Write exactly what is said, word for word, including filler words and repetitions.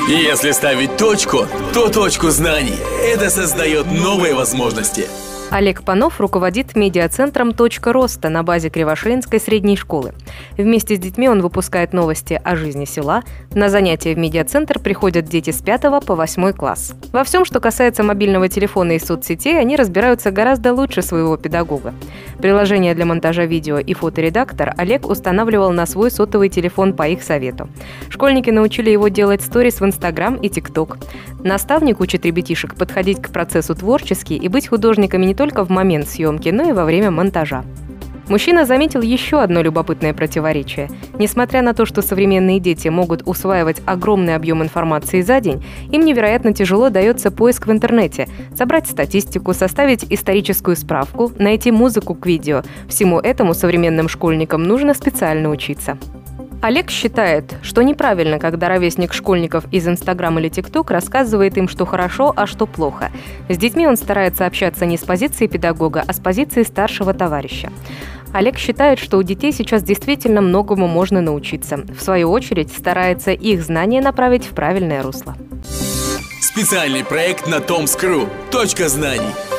И если ставить точку, то точку знаний. Это создает новые возможности. Олег Панов руководит медиацентром «Точка роста» на базе Кривошеинской средней школы. Вместе с детьми он выпускает новости о жизни села. На занятия в медиацентр приходят дети с пятого по восьмой класс. Во всем, что касается мобильного телефона и соцсетей, они разбираются гораздо лучше своего педагога. Приложение для монтажа видео и фоторедактор Олег устанавливал на свой сотовый телефон по их совету. Школьники научили его делать сторис в Инстаграм и ТикТок. Наставник учит ребятишек подходить к процессу творчески и быть художниками не только в момент съемки, но и во время монтажа. Мужчина заметил еще одно любопытное противоречие. Несмотря на то, что современные дети могут усваивать огромный объем информации за день, им невероятно тяжело дается поиск в интернете, собрать статистику, составить историческую справку, найти музыку к видео. Всему этому современным школьникам нужно специально учиться. Олег считает, что неправильно, когда ровесник школьников из Инстаграм или ТикТок рассказывает им, что хорошо, а что плохо. С детьми он старается общаться не с позиции педагога, а с позиции старшего товарища. Олег считает, что у детей сейчас действительно многому можно научиться. В свою очередь, старается их знания направить в правильное русло. Специальный проект на Томск точка ру. Точка знаний.